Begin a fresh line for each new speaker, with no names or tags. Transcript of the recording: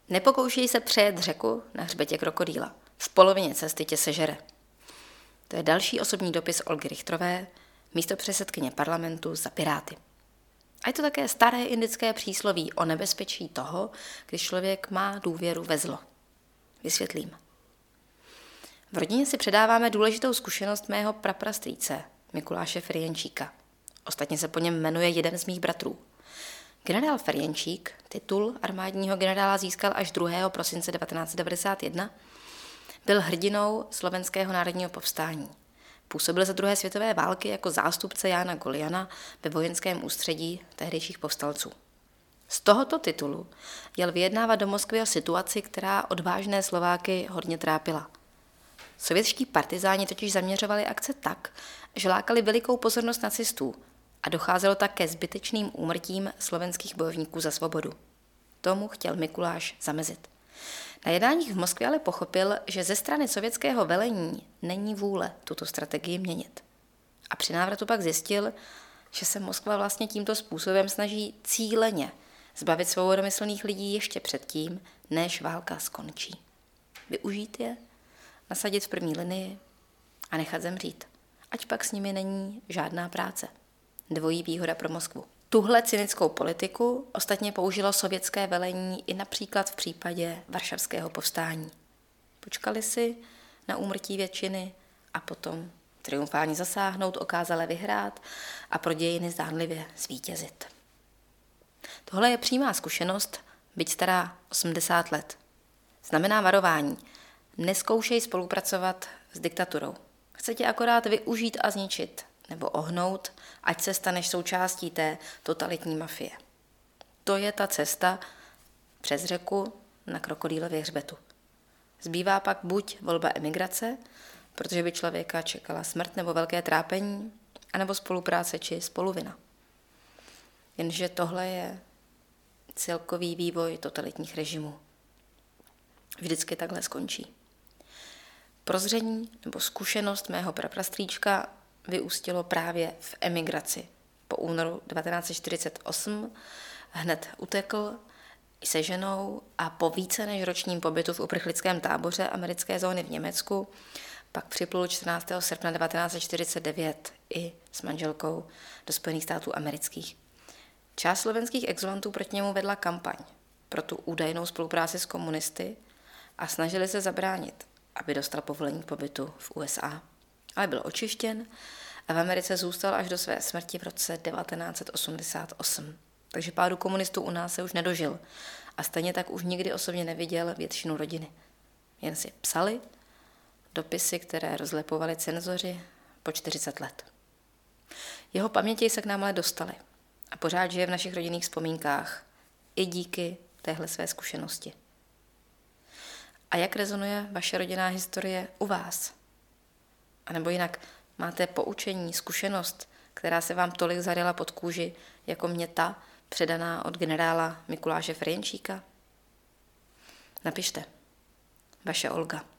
Nepokoušej se přejet řeku na hřbetě krokodýla. V polovině cesty tě sežere. To je další osobní dopis Olgy Richterové, místopředsedkyně parlamentu za Piráty. A je to také staré indické přísloví o nebezpečí toho, když člověk má důvěru ve zlo. Vysvětlím. V rodině si předáváme důležitou zkušenost mého praprastrýce, Mikuláše Ferjenčíka. Ostatně se po něm jmenuje jeden z mých bratrů. Generál Ferjenčík titul armádního generála získal až 2. prosince 1991. Byl hrdinou slovenského národního povstání. Působil za druhé světové války jako zástupce Jána Goliana ve vojenském ústředí tehdejších povstalců. Z tohoto titulu jel vyjednávat do Moskvy o situaci, která odvážné Slováky hodně trápila. Sovětští partizáni totiž zaměřovali akce tak, že lákali velikou pozornost nacistů a docházelo tak ke zbytečným úmrtím slovenských bojovníků za svobodu. Tomu chtěl Mikuláš zamezit. Na jednáních v Moskvě ale pochopil, že ze strany sovětského velení není vůle tuto strategii měnit. A při návratu pak zjistil, že se Moskva vlastně tímto způsobem snaží cíleně zbavit svobodomyslných lidí ještě předtím, než válka skončí. Využít je, nasadit v první linii a nechat zemřít. Ať pak s nimi není žádná práce. Dvojí výhoda pro Moskvu. Tuhle cynickou politiku ostatně použilo sovětské velení i například v případě Varšavského povstání. Počkali si na úmrtí většiny a potom triumfálně zasáhnout, okázale vyhrát a pro dějiny zdánlivě zvítězit. Tohle je přímá zkušenost, byť stará 80 let. Znamená varování. Nezkoušej spolupracovat s diktaturou. Chce tě akorát využít a zničit, nebo ohnout, ať se staneš součástí té totalitní mafie. To je ta cesta přes řeku na krokodýlově hřbetu. Zbývá pak buď volba emigrace, protože by člověka čekala smrt nebo velké trápení, anebo spolupráce či spoluvina. Jenže tohle je celkový vývoj totalitních režimů. Vždycky takhle skončí. Prozření nebo zkušenost mého praprastrýčka vyústilo právě v emigraci. Po únoru 1948 hned utekl se ženou a po více než ročním pobytu v uprchlickém táboře americké zóny v Německu pak připlul 14. srpna 1949 i s manželkou do Spojených států amerických. Část slovenských exulantů proti němu vedla kampaň pro tu údajnou spolupráci s komunisty a snažili se zabránit, aby dostal povolení k pobytu v USA. Ale byl očištěn a v Americe zůstal až do své smrti v roce 1988. Takže pádu komunistů u nás se už nedožil a stejně tak už nikdy osobně neviděl většinu rodiny. Jen si psali dopisy, které rozlepovali cenzoři po 40 let. Jeho paměti se k nám ale dostaly a pořád žije v našich rodinných vzpomínkách i díky téhle své zkušenosti. A jak rezonuje vaše rodinná historie u vás? A nebo jinak, máte poučení, zkušenost, která se vám tolik zaryla pod kůži, jako mě ta, předaná od generála Mikuláše Ferjenčíka? Napište. Vaše Olga.